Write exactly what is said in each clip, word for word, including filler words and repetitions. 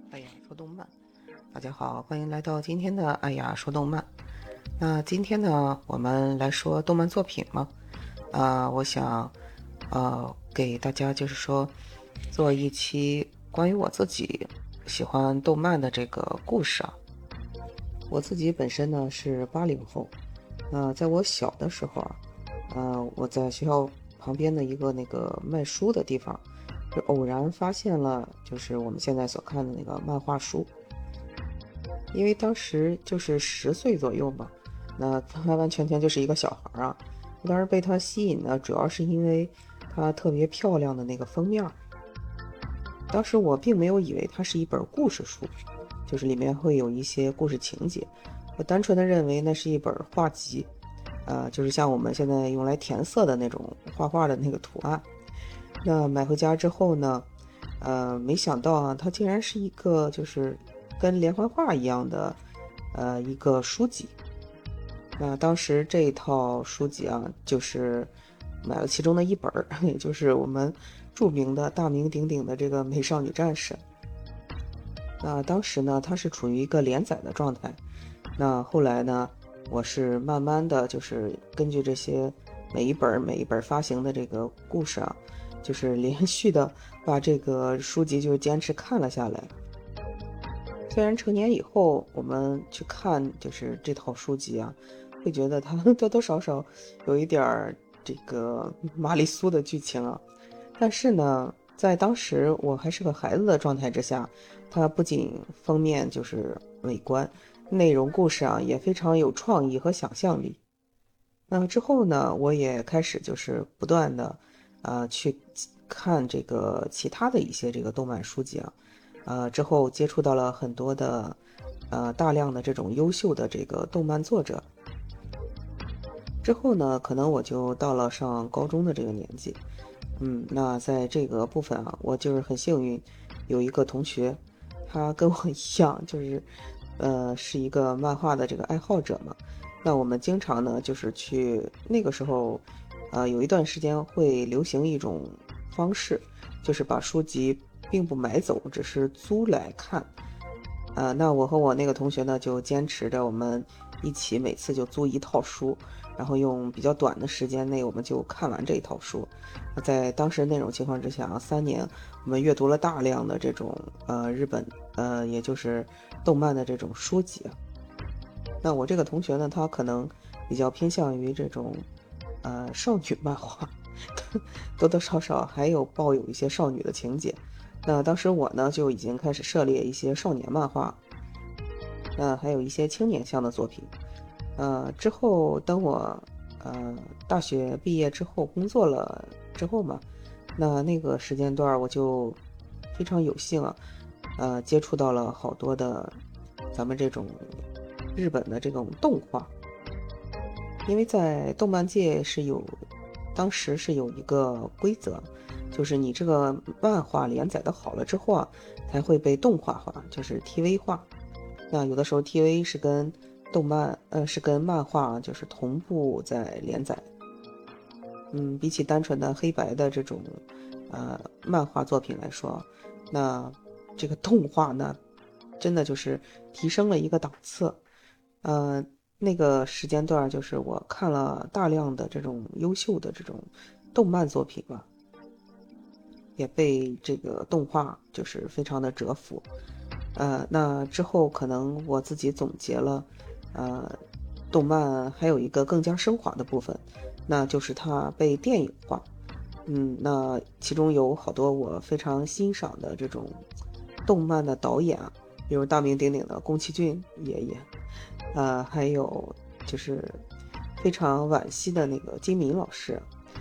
哎呀，说动漫，大家好，欢迎来到今天的哎呀说动漫。那今天呢，我们来说动漫作品嘛。啊、我想，呃，给大家就是说，做一期关于我自己喜欢动漫的这个故事啊。我自己本身呢是八零后，呃，在我小的时候啊，呃，我在学校旁边的一个那个卖书的地方，就偶然发现了，就是我们现在所看的那个漫画书。因为当时就是十岁左右嘛，那完完全全就是一个小孩啊。我当时被它吸引呢，主要是因为它特别漂亮的那个封面。当时我并没有以为它是一本故事书，就是里面会有一些故事情节，我单纯的认为那是一本画集，呃，就是像我们现在用来填色的那种画画的那个图案。那买回家之后呢，呃，没想到啊，它竟然是一个就是跟连环画一样的，呃，一个书籍。那当时这一套书籍啊，就是买了其中的一本儿，也就是我们著名的大名鼎鼎的这个《美少女战士》。那当时呢，它是处于一个连载的状态。那后来呢，我是慢慢的就是根据这些每一本每一本发行的这个故事啊，就是连续的把这个书籍就是坚持看了下来。虽然成年以后我们去看就是这套书籍啊，会觉得它多多少少有一点儿这个玛丽苏的剧情啊，但是呢，在当时我还是个孩子的状态之下，它不仅封面就是美观，内容故事啊也非常有创意和想象力。那之后呢，我也开始就是不断的，呃，去看这个其他的一些这个动漫书籍啊，呃，之后接触到了很多的，呃，大量的这种优秀的这个动漫作者。之后呢，可能我就到了上高中的这个年纪。嗯，那在这个部分啊，我就是很幸运，有一个同学，他跟我一样，就是，呃，是一个漫画的这个爱好者嘛。那我们经常呢，就是去那个时候，呃，有一段时间会流行一种方式，就是把书籍并不买走，只是租来看。呃，那我和我那个同学呢，就坚持着我们一起每次就租一套书，然后用比较短的时间内，我们就看完这一套书。那在当时那种情况之下啊，三年我们阅读了大量的这种呃日本呃也就是动漫的这种书籍啊。那我这个同学呢，他可能比较偏向于这种呃少女漫画，多多少少还有抱有一些少女的情节。那当时我呢就已经开始涉猎一些少年漫画，呃，还有一些青年向的作品。呃，之后等我呃大学毕业之后工作了之后嘛，那那个时间段我就非常有幸啊，呃，接触到了好多的咱们这种日本的这种动画。因为在动漫界是有，当时是有一个规则，就是你这个漫画连载的好了之后啊，才会被动画化，就是 T V 化。那有的时候 T V 是跟动漫，呃，是跟漫画就是同步在连载。嗯，比起单纯的黑白的这种，呃，漫画作品来说，那这个动画呢，真的就是提升了一个档次。呃，那个时间段就是我看了大量的这种优秀的这种动漫作品吧，也被这个动画就是非常的折服。呃，那之后可能我自己总结了，呃，动漫还有一个更加升华的部分，那就是它被电影化。嗯，那其中有好多我非常欣赏的这种动漫的导演啊，比如大名鼎鼎的宫崎骏爷爷，呃，还有就是非常惋惜的那个金敏老师。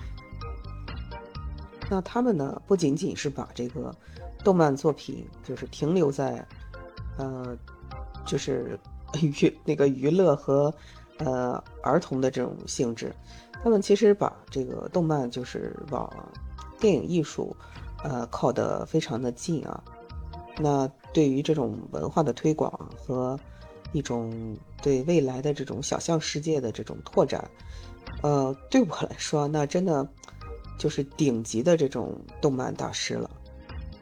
那他们呢，不仅仅是把这个动漫作品就是停留在，呃，就是娱那个娱乐和呃儿童的这种性质，他们其实把这个动漫就是往电影艺术，呃靠得非常的近啊。那对于这种文化的推广和一种对未来的这种想象世界的这种拓展，呃，对我来说，那真的就是顶级的这种动漫大师了。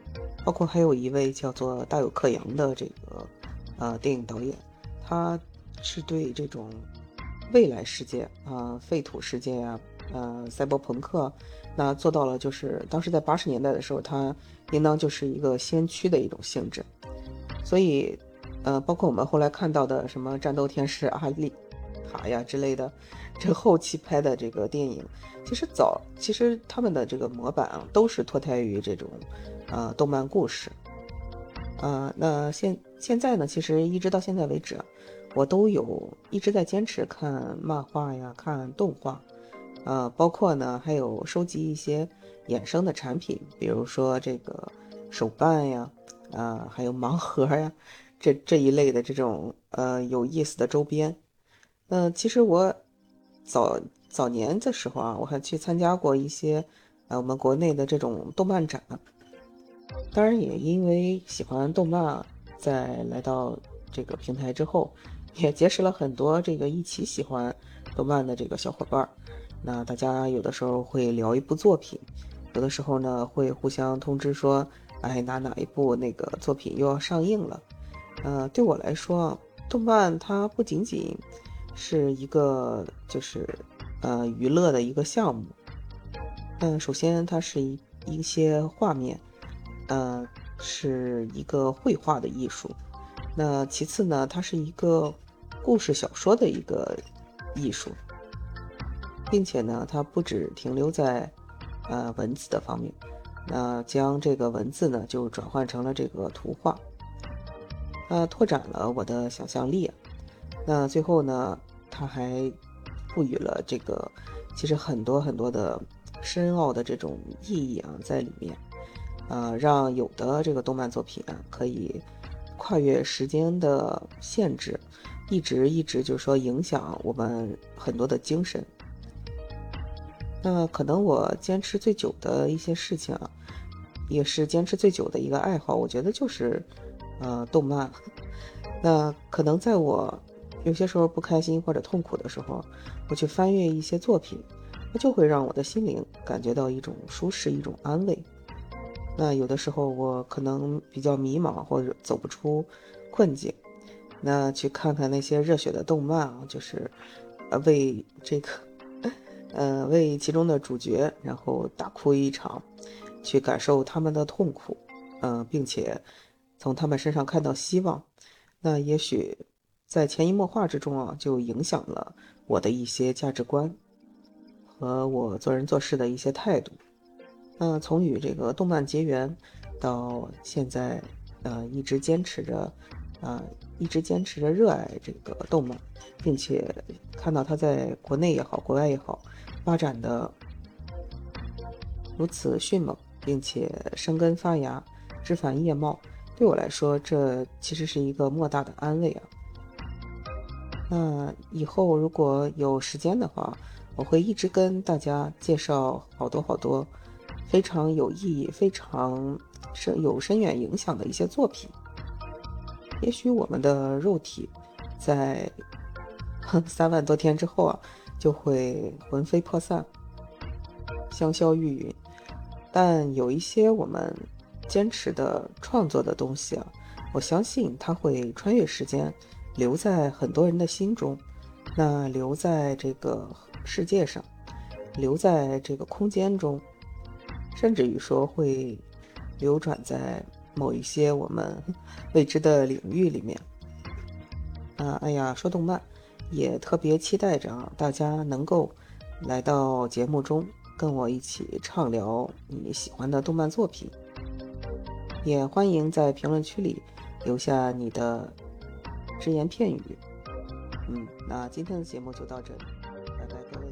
包括还有一位叫做大有克洋的这个呃电影导演，他是对这种未来世界啊、呃废土世界呀、呃赛博朋克，那做到了就是当时在八十年代的时候，他应当就是一个先驱的一种性质。所以呃包括我们后来看到的什么战斗天使阿丽塔呀之类的，这个后期拍的这个电影，其实早其实他们的这个模板啊都是脱胎于这种呃动漫故事。呃那现现在呢，其实一直到现在为止啊，我都有一直在坚持看漫画呀，看动画，呃，包括呢还有收集一些衍生的产品，比如说这个手办呀，啊、还有盲盒呀，这这一类的这种呃有意思的周边。嗯、其实我早早年的时候啊，我还去参加过一些呃我们国内的这种动漫展，当然也因为喜欢动漫啊，在来到这个平台之后，也结识了很多这个一起喜欢动漫的这个小伙伴儿。那大家有的时候会聊一部作品，有的时候呢会互相通知说，哎，哪哪一部那个作品又要上映了。呃，对我来说啊，动漫它不仅仅是一个就是呃娱乐的一个项目。嗯，首先它是一一些画面，呃，是一个绘画的艺术。那其次呢，它是一个故事小说的一个艺术，并且呢，它不只停留在呃文字的方面，那将这个文字呢就转换成了这个图画，呃，拓展了我的想象力啊。那最后呢，它还赋予了这个其实很多很多的深奥的这种意义啊在里面，呃，让有的这个动漫作品啊可以跨越时间的限制，一直一直就是说影响我们很多的精神。那可能我坚持最久的一些事情啊，也是坚持最久的一个爱好，我觉得就是呃动漫。那可能在我有些时候不开心或者痛苦的时候，我去翻阅一些作品，它就会让我的心灵感觉到一种舒适，一种安慰。那有的时候我可能比较迷茫或者走不出困境，那去看看那些热血的动漫啊，就是呃为这个呃为其中的主角然后大哭一场，去感受他们的痛苦，呃，并且从他们身上看到希望。那也许在潜移默化之中啊，就影响了我的一些价值观和我做人做事的一些态度。那从与这个动漫结缘到现在，呃，一直坚持着，呃，一直坚持着热爱这个动漫，并且看到它在国内也好，国外也好，发展的如此迅猛，并且生根发芽，枝繁叶茂，对我来说，这其实是一个莫大的安慰啊。那以后如果有时间的话，我会一直跟大家介绍好多好多非常有意义、非常深有深远影响的一些作品。也许我们的肉体在三万多天之后啊，就会魂飞魄散，香消玉殒。但有一些我们坚持的创作的东西啊，我相信它会穿越时间，留在很多人的心中，那留在这个世界上，留在这个空间中，甚至于说会流转在某一些我们未知的领域里面。啊，哎呀，说动漫，也特别期待着啊，大家能够来到节目中跟我一起畅聊你喜欢的动漫作品，也欢迎在评论区里留下你的只言片语。嗯，那今天的节目就到这里，拜拜各位。